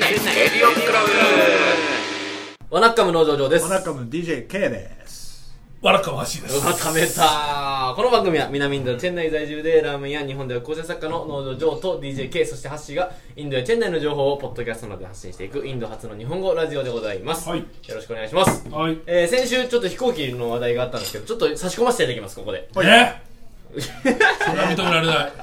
エリオンクラブ。ワナッカム農場上です。 ワナッカム DJK です。 ワナッカムハッシーです。 食べた。この番組は南インドのチェンナイ在住でラーメンや日本では構成作家の農場上と DJK そしてハッシーがインドやチェンナイの情報をポッドキャストなどで発信していくインド初の日本語ラジオでございます、はい、よろしくお願いします、はい。先週ちょっと飛行機の話題があったんですけど、ちょっと差し込ませていただきます。ここでそれは認められない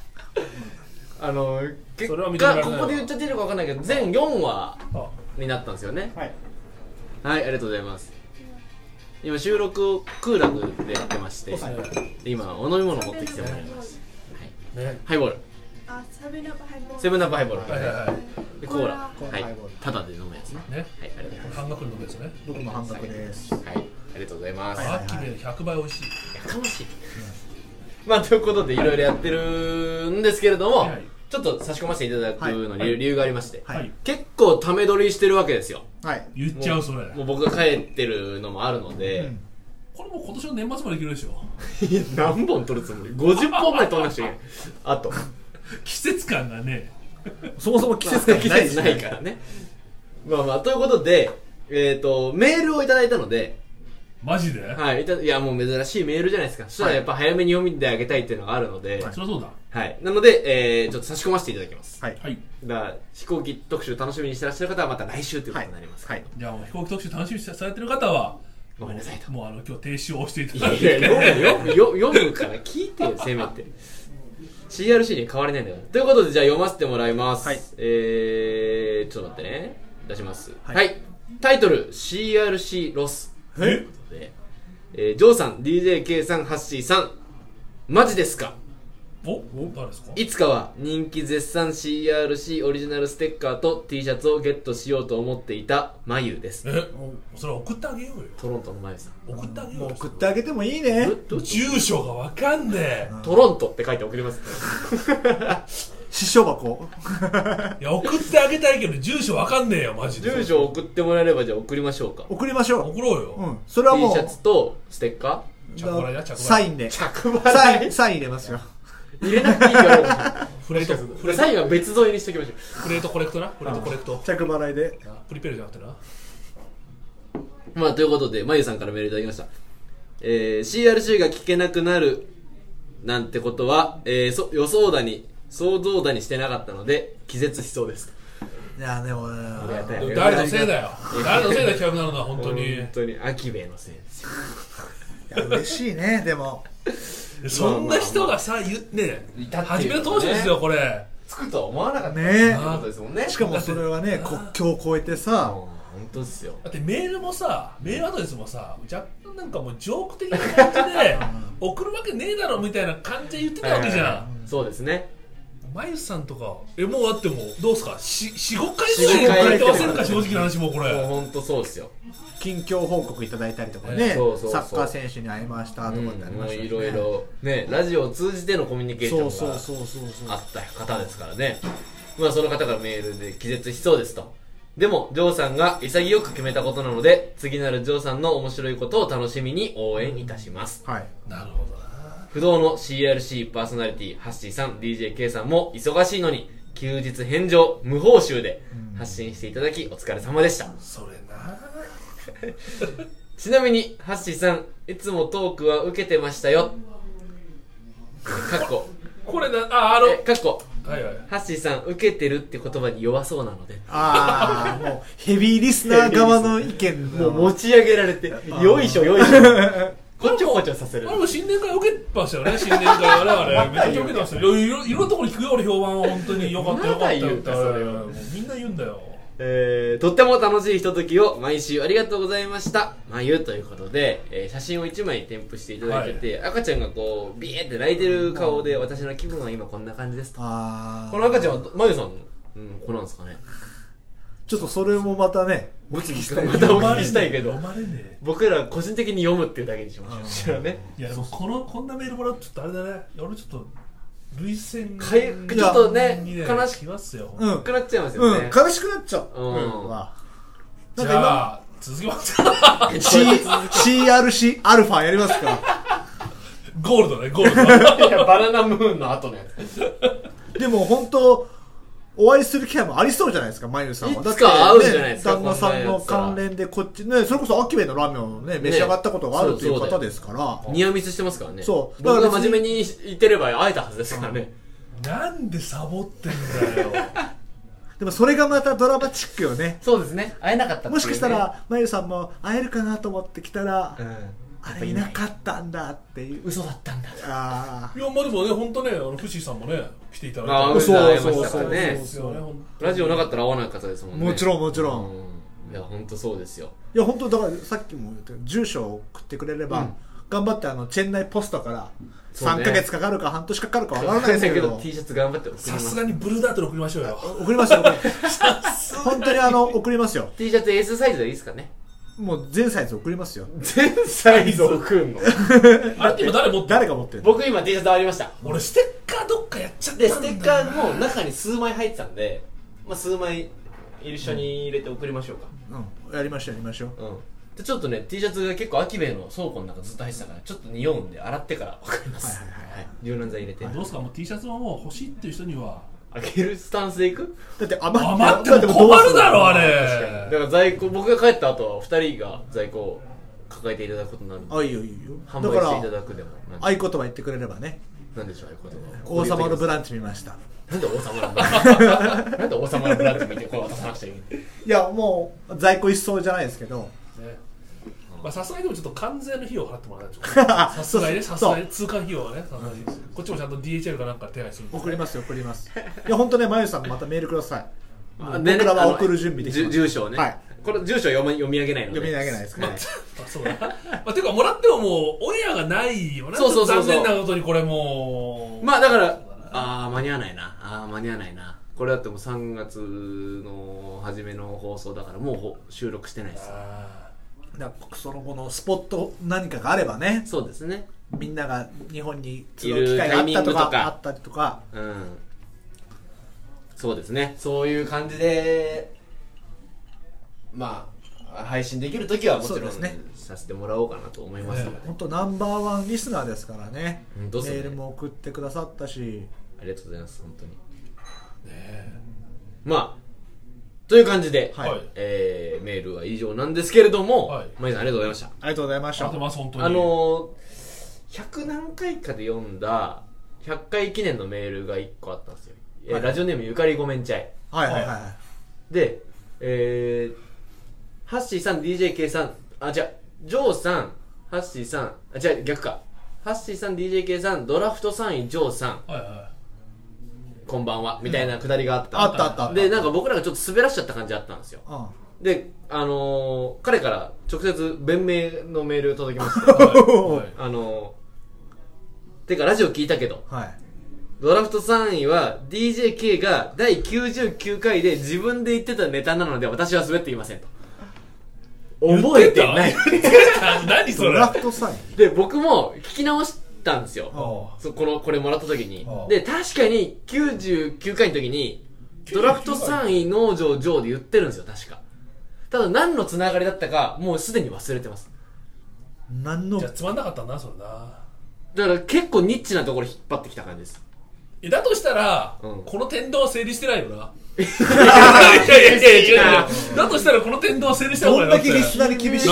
結果ここで言っちゃっていいのか分かんないけど全4話になったんですよね。はい、はい、ありがとうございます。今収録をクーラーでやってまして、はい、今お飲み物持ってきてもらいます、はいね、ハイボール、セブンアップハイボール、はいはいはい、でコーラ、はい、タダで飲むやつ ね、はい、ありがとうございます。 半額で飲むやつね。 僕も半額です。 はい、ありがとうございます。 アキベの100倍美味しい。 やかましい、まあということでいろいろやってるんですけれども、はい、ちょっと差し込ませていただくのに理由がありまして、はい、結構ため撮りしてるわけですよ。はい、 言っちゃうそれ。 もう僕が帰ってるのもあるので、うん、 これもう今年の年末までいけるでしょ。 何本撮るつもり？50本ぐらい撮らなくちゃいけない。あと季節感がね、 そもそも季節感ないからね。まあまあということで、メールをいただいたので。 マジで？ はい、いやもう珍しいメールじゃないですか。そしたらやっぱ早めに読みであげたいっていうのがあるので、 はい、そりゃそうだ。 はい、なので、ちょっと差し込ませていただきます。はい。だから飛行機特集楽しみにしてらっしゃる方はまた来週ということになります。はい。 じゃあもう飛行機特集楽しみにされてる方はごめんなさいと。 もう今日停止を押していただいて。 読むから聞いてよせめて。CRC に変わりないんだから。ということでじゃあ読ませてもらいます。はい。ちょっと待ってね。出します。はい。タイトル CRC ロス。ということで。ジョーさん、DJK さん、ハッシーさん、マジですか？ 誰ですか？ いつかは人気絶賛 CRC オリジナルステッカーと T シャツをゲットしようと思っていたまゆです。 それ送ってあげようよ。 トロントのまゆさん。 送ってあげようよ。 もう送ってあげてもいいね。 住所がわかんねえ。 トロントって書いて送ります。 支所箱。 いや送ってあげたいけど住所わかんねえよマジで。 住所送ってもらえればじゃあ送りましょうか。 送りましょう。 送ろうよ。 うん。それはもう T シャツとステッカー。着払いだ着払い。 サインで。 着払い。 サイン入れますよ。 入れなくていいから。 フレート。 サインは別添えにしておきましょう。 フレートコレクトな。フレートコレクト。 着払いで。 プリペルじゃなくてな。 まあということでまゆさんからメールいただきました。CRC が聞けなくなるなんてことは、予想だに想像だにしてなかったので気絶しそうです。 いやでも誰のせいだよ。誰のせいだよ企画なのだ本当に。 本当にアキベイのせいですよ。 いや嬉しいねでも。 そんな人がさね初めの当初ですよこれ。 つくとは思わなかったねことですもんね。 しかもそれはね国境を越えてさ。 本当ですよ。 だってメールもさメールアドレスもさ若干なんかもうジョーク的な感じで送るわけねえだろみたいな感じで言ってたわけじゃん。 そうですね。 まゆさんとかもうあってもどうすか 4,5 回ぐらい書いて忘れるか正直な話もこれもう本当そうですよ。 近況報告いただいたりとかね、サッカー選手に会いましたとかってありましたね。 いろいろねラジオを通じてのコミュニケーションがあった方ですからね。まあその方からメールで気絶しそうですと。でもジョーさんが潔く決めたことなので次なるジョーさんの面白いことを楽しみに応援いたします。 はい。 なるほどな。 不動の CRC パーソナリティハッシーさん DJK さんも忙しいのに休日返上無報酬で発信していただきお疲れ様でした。 それな。 ちなみにハッシーさんいつもトークは受けてましたよ。かっここれなかっこはいはい、 ハッシーさん受けてるって言葉に弱そうなのでもうヘビーリスナー側の意見もう持ち上げられてよいしょよいしょこちょこちょさせる。 あれも新年会受けましたよね。新年会我々めっちゃ受けてましたよ。いろんなところに聞くよ俺評判は本当によかったよかったよってみんな言うんだよ。 とっても楽しいひとときを毎週ありがとうございましたまゆということで、写真を1枚添付していただいてて、はい、赤ちゃんがこうビーって泣いてる顔で私の気分は今こんな感じですと。この赤ちゃんはまゆさんの、子なんですかね。 ちょっとそれもまたねお聞きしたいけど僕ら個人的に読むっていうだけにしましょうね。 いやでもこんなメールもらうとちょっとあれだね。俺ちょっと涙腺ちょっとね悲しくなっちゃいますよね。 悲しくなっちゃう。 じゃあ続きます。 CRC アルファやりますか。 ゴールドねゴールド。 いやバナナムーンの後のやつ。 でも本当お会いする機会もありそうじゃないですか、まゆさんは。 いつか会うじゃないですか、 旦那さんの関連でこっちね、それこそアキベのラーメンをね召し上がったことがあるという方ですから。 ニアミスしてますからね。 そう。 僕が真面目に言ってれば会えたはずですからね。 なんでサボってんだよ。 でもそれがまたドラマチックよね。 そうですね。会えなかったっていうね。 もしかしたらまゆさんも会えるかなと思って来たら、あれいなかったんだっていう。 嘘だったんだ。 ああ。いやまあでもね本当ねフシさんもね来ていただいて。 ああそうね。ラジオなかったら会わなかったですもんね。 もちろんもちろん。 いや本当そうですよ。 いや本当だからさっきも言った住所を送ってくれれば、頑張ってチェンナイポストから3ヶ月かかるか半年かかるかわからないですけど T シャツ頑張って送ります。 さすがにブルーダートで送りましょうよ。 送りますよ。本当に送りますよ。 T シャツ S サイズでいいですかね。 もう全サイズ送りますよ。 全サイズ送るのあれ今誰が持ってるの？ 僕今 T シャツありました。 俺ステッカーどっかやっちゃったんだ。 でステッカーも中に数枚入ってたんで、まあ、数枚一緒に入れて送りましょうか。 やりましょう。 でちょっとね T シャツが結構アキベイの倉庫の中ずっと入ってたからちょっと匂うんで洗ってから送ります。柔軟剤入れて。 どうですかもう T シャツはもう欲しいっていう人にはあげるスタンスでいく？ だって余っても困るだろあれ。 だから在庫僕が帰った後は2人が在庫を抱えていただくことになるんで。 あいいよ販売していただくでも。 合言葉言ってくれればね。 なんでしょう合言葉。 王様のブランチ見ました。 なんで王様のブランチなんで王様のブランチ見てこれ渡さなくちゃいけない。 いやもう在庫一掃じゃないですけどさすがにでもちょっと関税の費用を払ってもらわないとさすがに通関費用はねこっちもちゃんと DHL かなんか手配する。 送りますいや本当ねまゆさんまたメールください。僕らは送る準備できます。 住所をね。これ住所読み上げないので。 読み上げないですからね。 そうだていうかもらってももうオンエアがないよね。そう残念なことにこれもうまあだから間に合わないな。これだってもう3月の初めの放送だからもう収録してないです。 その後のスポット何かがあればね。 そうですね。 みんなが日本に集う機会があったとかあったりとか。 そうですね。そういう感じでまあ配信できるときはもちろんさせてもらおうかなと思いますので。 本当ナンバーワンリスナーですからね。メールも送ってくださったしありがとうございます本当に。まあという感じで、メールは以上なんですけれども、まゆさんありがとうございました。 ありがとうございました。 本当に 100何回かで読んだ100回記念のメールが1個あったんですよ。ラジオネームゆかりごめんちゃい。で、ハッシーさん DJK さんジョーさんハッシーさん逆か。ハッシーさん DJK さんドラフト3位ジョーさん、こんばんはみたいなくだりがあった。でなんか僕らがちょっと滑らしちゃった感じあったんですよ。で彼から直接弁明のメール届きましたてかラジオ聞いたけど、ドラフト3位は DJK が第99回で自分で言ってたネタなので私は滑っていませんと。覚えてない何それ。 ドラフト3 位で僕も聞き直したんですよ。これもらった時に。で確かに99回の時にドラフト3位農場上で言ってるんですよ確か。ただ何のつながりだったかもうすでに忘れてます。 じゃあつまんなかったんだそれな。 だから結構ニッチなところ引っ張ってきた感じです。 だとしたら、この天道は成立してないよな。いや違う。だとしたらこの天道は成立してない。 どんだけリスナーに厳しい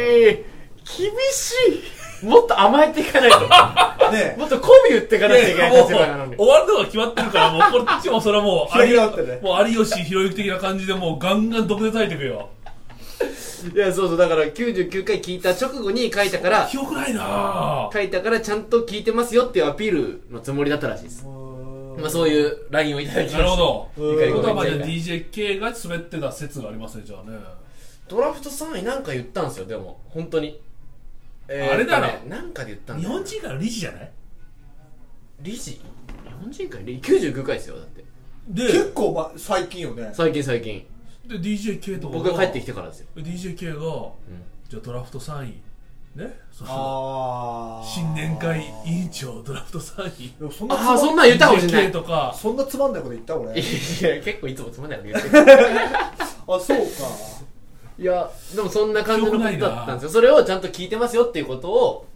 もっと甘えていかないともっと媚び打っていかなきゃいけない立場なのに。 終わるのが決まってるからもうこっちもそれはもう有吉弘行的な感じでもうガンガン毒で炊いていくよ。 いやそうだから99回聞いた直後に書いたから記憶ないな書いたからちゃんと聞いてますよっていうアピールのつもりだったらしいです。まあそういう LINE をいただきました。 なるほど。ということはまだ DJK が滑ってた説がありますねじゃあね。 ドラフト3位なんか言ったんですよでも本当に。 あれだね。 なんかで言ったんだ。 日本人から理事じゃない？ 理事？日本人から99回ですよだって。 で結構最近よね。 最近。 で DJK とか僕が帰ってきてからですよ。 DJK が、じゃあドラフト3位ね。新年会委員長ドラフト3位。 そんなん言ったかもしれない。 とかそんなつまんないこと言った俺。 いや結構いつもつまんないこと言ってる。 そうか。 いやでもそんな感じのことだったんですよ。それをちゃんと聞いてますよっていうことを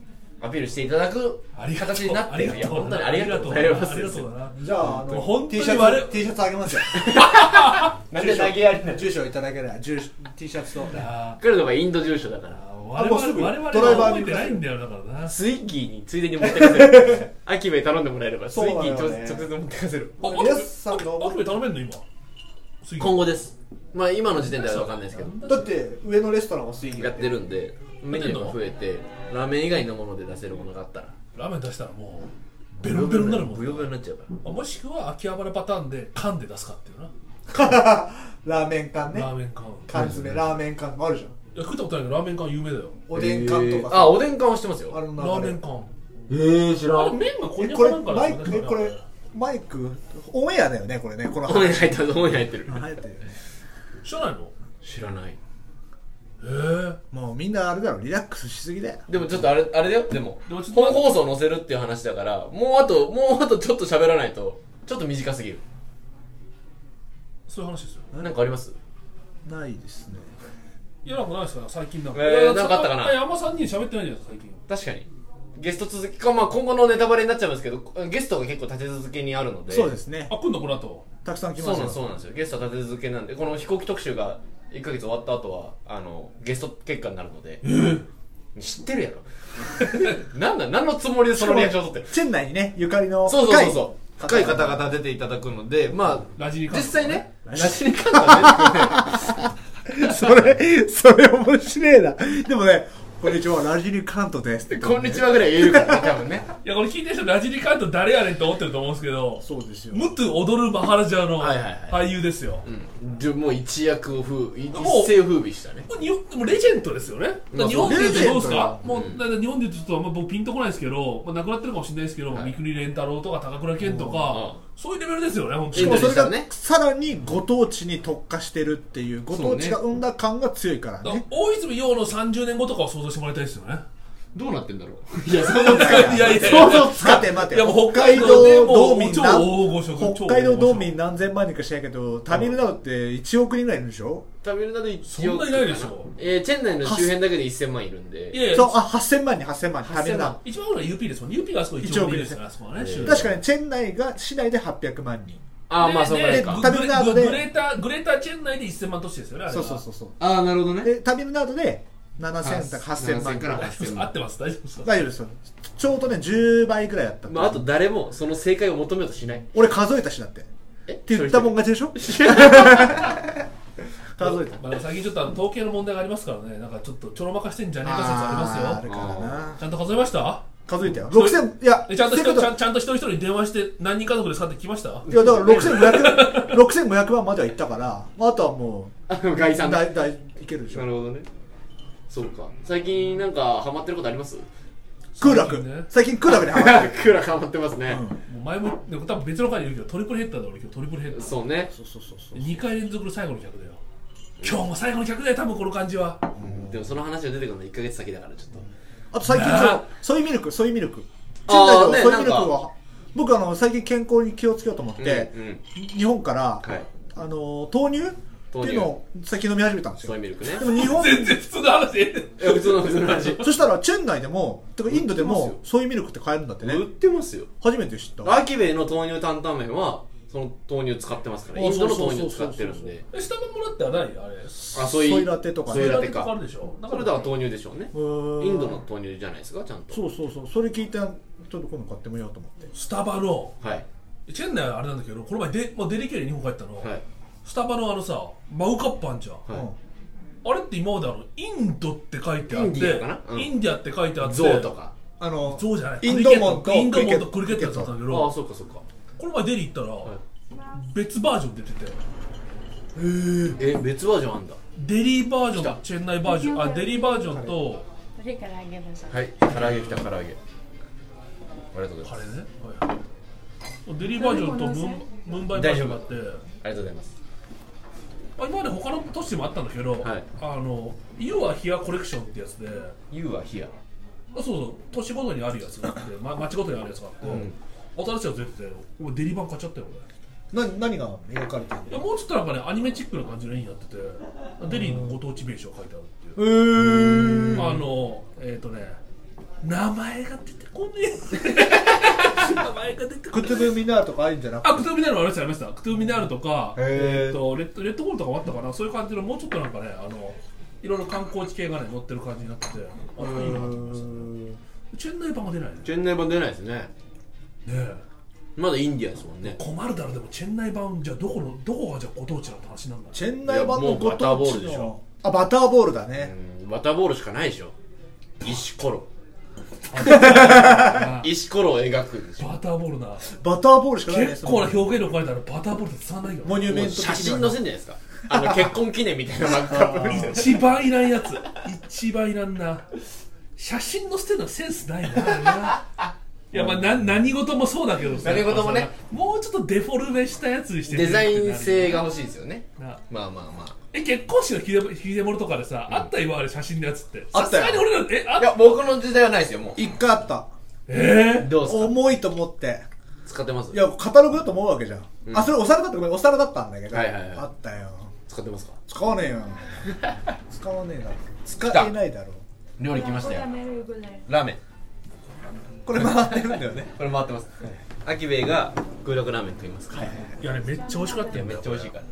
アピールしていただく形になってる。いや本当にありがとうございます。 じゃあ本当に T シャツあげますよ。 なんで投げやりな住所いただければ T シャツと。 来るのがインド住所だから。 我々は覚えてないんだよだからな。 スイッギーについでに持ってかせる。アキベ頼んでもらえればスイッギーに直接持ってかせる。 皆さんのアキベ頼めんの今？ 今後です。まあ今の時点では分かんないですけど。 だって上のレストランはスイッギーやってるんでメニューが増えてラーメン以外のもので出せるものがあったら。 ラーメン出したらもうベロベロになるもん。 ブヨブヨになっちゃうから。 もしくは秋葉原パターンで缶で出すかっていうな。 ラーメン缶ね。 ラーメン缶。 缶詰ラーメン缶もあるじゃん。 いや食ったことないけどラーメン缶有名だよ。 おでん缶とか。 あ、おでん缶は知ってますよ。 ラーメン缶。 知らん。 麺がこんにゃこれくなんかマイクこれマイクオンエアだよねこれねこのオンエア入ってる。オンエア入ってる。 入ってる。 知らないの？ 知らない。 もうみんなあれだろリラックスしすぎだよ。 でもちょっとあれだよ。でも本放送載せるっていう話だからもうあとちょっと喋らないとちょっと短すぎる。 そういう話ですよ。 なんかあります？ ないですね。 いやなんかないですか最近なんか。 なんかあったかな。 あんま3人喋ってないじゃないですか最近。 確かにゲスト続きか、まあ今後のネタバレになっちゃいますけどゲストが結構立て続けにあるので。 そうですね。 あ来んのこの後。 たくさん来ますよ。 そうなんですよ。ゲストは立て続けなんでこの飛行機特集が1ヶ月終わった後はゲスト結果になるので。知ってるやろ。何のつもりでそのリアクションを取ってる。 チェン内にねゆかりのそう深い方々出ていただくのでまあ実際ねラジニカントそれ面白いな。でもねこんにちはラジニカントですってこんにちはぐらい言えるからね多分ね。 いやこれ聞いてる人ラジニカント誰やねんと思ってると思うんですけど。 そうですよ。 ムトゥ踊るマハラジャーの俳優ですよ。 でもう一世風靡したね。 でもレジェンドですよね。日本で言うとどうですか？もう日本で言うとちょっと僕ピンとこないですけど亡くなってるかもしれないですけど三國連太郎とか高倉健とかそういうレベルですよね本当に。 しかもそれがさらにご当地に特化してるっていうご当地が生んだ感が強いからね。 大泉洋の30年後とかを想像してもらいたいですよね。 どうなってんだろう。 いや想像つかない。いや想像つか待て。 いやもう北海道でもう超大御所。 北海道道民何千万人かしないけどタミルナドって1億人ぐらいいるでしょ。 タミルナド1億。 そんないないでしょ。 チェン内の周辺だけで1000万いるんで。 そう8000万人タミルナド。 一番多いのは UP ですもん。UP があそこ1億人ですからあそこはね。 確かにチェン内が市内で800万人。 ああまあそうですか。 タミルナドでグレーターチェン内で1000万都市ですよね。 そう。 ああなるほどね。 でタミルナドで7000とか8000万から8000万。 合ってます大丈夫ですか？ 大丈夫ですよ。ちょうどね10倍ぐらいだった。 まああと誰もその正解を求めようとしない。 俺数えたしだって。って言ったもん勝ちでしょ。数えた。 最近ちょっと統計の問題がありますからね。なんかちょっとちょろまかしてんじゃねえか説ありますよ。 あるからな。 ちゃんと数えました？ 数えたよ。6000いやちゃんと一人一人に電話して何人家族ですかって聞きました？ いやだから6500万までは行ったからあとはもう概算だいいけるでしょ。 なるほどね。そうか。最近なんかハマってることあります？ 空楽最近空楽にハマってる。 空楽ハマってますね。 もう前も多分別の回で言うけどトリプルヘッダーだ俺今日トリプルヘッダー。 そうね。 そう2回連続の最後の客だよ。今日も最後の客だよ多分この感じは。 でもその話が出てくるの1ヶ月先だからちょっと。 あと最近ソイミルクチェン内のソイミルクは僕最近健康に気をつけようと思って日本から豆乳っていうのを最近飲み始めたんですよ。 ソイミルクね。 でも日本全然普通の話。 普通の話。 そしたらチェン内でもてかインドでもソイミルクって買えるんだってね。 売ってますよ。 初めて知った。 アキベイの豆乳担々麺はその豆乳使ってますからインドの豆乳使ってるんで。 スタバもらってはないあれ。 ソイラテとかソイラテか。 あるでしょ。 それだから豆乳でしょうね。インドの豆乳じゃないですかちゃんと。 そうそれ聞いてちょっと今度買ってみようと思って。 スタバのはいチェン内はあれなんだけどこの前もうデリケーで日本帰ったの。 はい。 スタバのさマグカップあんじゃん。あれって今までインドって書いてあってインディアって書いてあってゾウとかゾウじゃないインドモンとクリケットだったんだけどあそうかこの前デリ行ったら別バージョン出てて別バージョンあんだ。 デリーバージョンチェン内バージョンデリーバージョンとはい唐揚げ来た唐揚げありがとうございます。 カレーねデリーバージョンとムンバイバージョンがあってありがとうございます。 今まで他の都市でもあったんだけどユーアヒアコレクションってやつでユーアヒアそう都市ごとにあるやつがあって町ごとにあるやつがあって新しいやつ出ててデリバン買っちゃったよ俺。何が描かれてるの？ いやもうちょっとなんかねアニメチックな感じの絵になっててデリーのご当地名所が書いてあるっていう名前が出てこねえ名前が出てこねえ。 クトゥブミナールとかあるんじゃなくて。 クトゥブミナールもありました。クトゥブミナールとかレッドホールとかもあったかな。そういう感じのもうちょっとなんかねいろいろ観光地系がね載ってる感じになってて、いいなと思いました。チェンナイ版が出ないね。 チェンナイ版出ないですね。 ねえ、 まだインディアンですもんね。 困るだろ。でもチェンナイ版じゃあどこがじゃあご当地のって話なんだ。 チェンナイ版のご当地のバターボールでしょ。 バターボールだね。 バターボールしかないでしょ。石ころ石ころを描くでしょ。 バターボールな。 バターボールしかないね。 結構な表現力あるからバターボールって伝わらないよ。 モニュメント写真載せんじゃないですか。結婚記念みたいなマックアップ一番いらんやつ。一番いらんな。写真載せてるのセンスないな。いやまあ何事もそうだけどさ、 何事もね、 もうちょっとデフォルメしたやつにしてデザイン性が欲しいですよね。まあ結婚式のヒデモルとかでさ、あった今あれ写真のやつって。 あったよ。 さすがに俺らいや僕の時代はないですよ。もう一回あった。 どうですか。 重いと思って使ってます。 いやカタログだと思うわけじゃん。それお皿だった。ごめん、お皿だったんだけど、あったよ。 使ってますか。 使わねえよ。使わねえだろ。使えないだろ。 料理来ましたよ。ラーメン。 これ回ってるんだよね。 これ回ってます。アキベイが空楽ラーメン食いますから。 いやね、めっちゃ美味しかったよ。 めっちゃ美味しいから。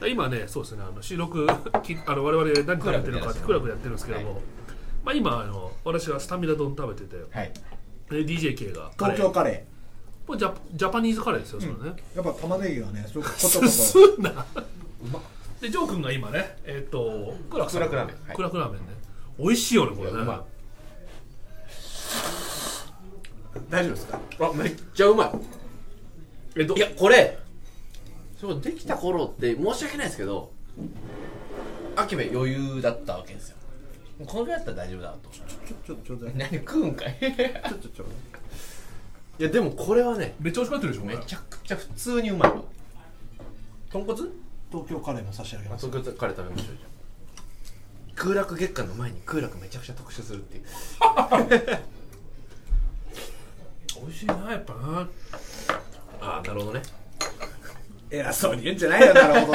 今ね、そうですね、収録我々何食べてるのかってクラブやってるんですけども、まあ今私はスタミナ丼食べてて、DJK が東京カレー。もうジャパニーズカレーですよ、それね。 やっぱ玉ねぎがね、すごくすんな。でジョー君が今ね、クラクラーメン。クラクラーメンね。美味しいよねこれね。 大丈夫ですか。 めっちゃうまい。いやこれそうできた頃って申し訳ないですけど、アキベ余裕だったわけですよ。このぐらいだったら大丈夫だと。 ちょうだい。 何食うんかい。 ちょうだい。 いやでもこれはね、 めっちゃ美味しかったでしょ。 めちゃくちゃ普通にうまいわ。豚骨？ 東京カレーも差し上げます。 東京カレー食べましょうじゃあ。空楽月間の前に空楽めちゃくちゃ特集するっていう。 美味しいなやっぱな。 なるほどね。 偉そうに言うんじゃないよ。なるほどね。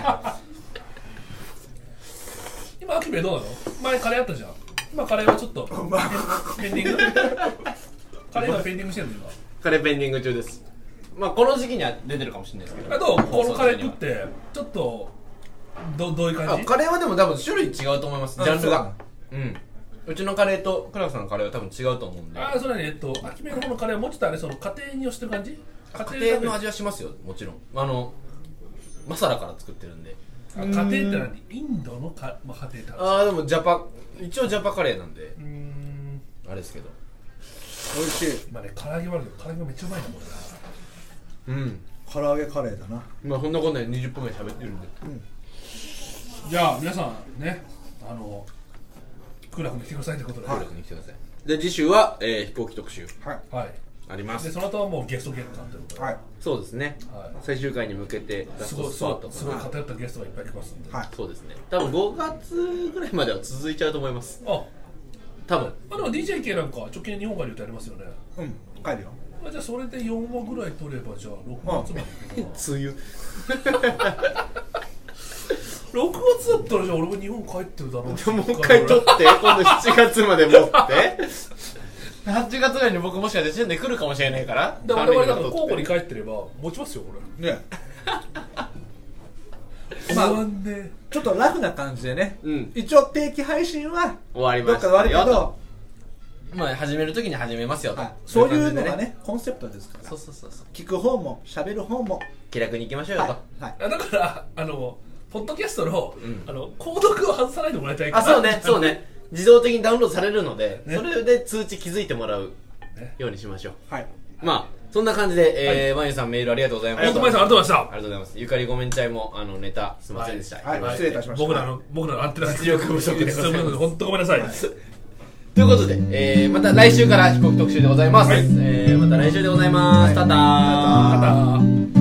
今アキベどうなの。前カレーあったじゃん。今カレーはちょっとペンディング。カレーはペンディングしてるの今。 カレーペンディング中です。まあこの時期には出てるかもしれないですけど。 どうこのカレー食ってちょっとどういう感じ。 カレーはでも多分種類違うと思います。ジャンルが。うちのカレーとクラクさんのカレーは多分違うと思うんで。 それね、アキベの方のカレーはもうちょっとあれ、その家庭に寄してる感じ。 家庭の味はしますよ、もちろん。マサラから作ってるんで。 家庭って何？インドの家庭って話。 でも一応ジャパカレーなんであれですけど美味しい。 今ね、唐揚げもあるけど唐揚げめっちゃうまいなこれな。 唐揚げカレーだな。 まあそんなことで20分ぐらい喋ってるんで、 じゃあ皆さんね、空楽に来てくださいってことで。 空楽に来てください。で次週は、飛行機特集はいあります。 でその後はもうゲスト月間ということで、 そうですね、最終回に向けてラストスパートすごい偏ったゲストがいっぱい来ますんで、 そうですね。多分5月ぐらいまでは続いちゃうと思います。多分。 でも DJK なんか直近で日本帰り歌ありますよね。 帰るよ。 じゃあそれで4話ぐらい取ればじゃあ6月まで梅雨 6月だったらじゃあ俺も日本帰ってるだろう。 もう一回取って今度7月まで持って8月ぐらいに僕もしかして旬で来るかもしれないから。 我々だから交互に帰ってれば持ちますよこれね。 ちょっとラフな感じでね、一応定期配信は終わりましたよと。まあ始めるときに始めますよと。 そういうのがねコンセプトですから。 そう聞く方も喋る方も気楽に行きましょうよと。 だからポッドキャストの購読を外さないでもらいたいから。 そうね自動的にダウンロードされるので、それで通知気づいてもらうようにしましょう。まあそんな感じで、まゆさんメールありがとうございました。 まゆさんありがとうございました。 ありがとうございます。ゆかりごめんちゃいもネタすみませんでした。 失礼いたしました。 僕らのアンテナ出力不足で本当ごめんなさい。 ということで、また来週から飛行機特集でございます。また来週でございます。タター。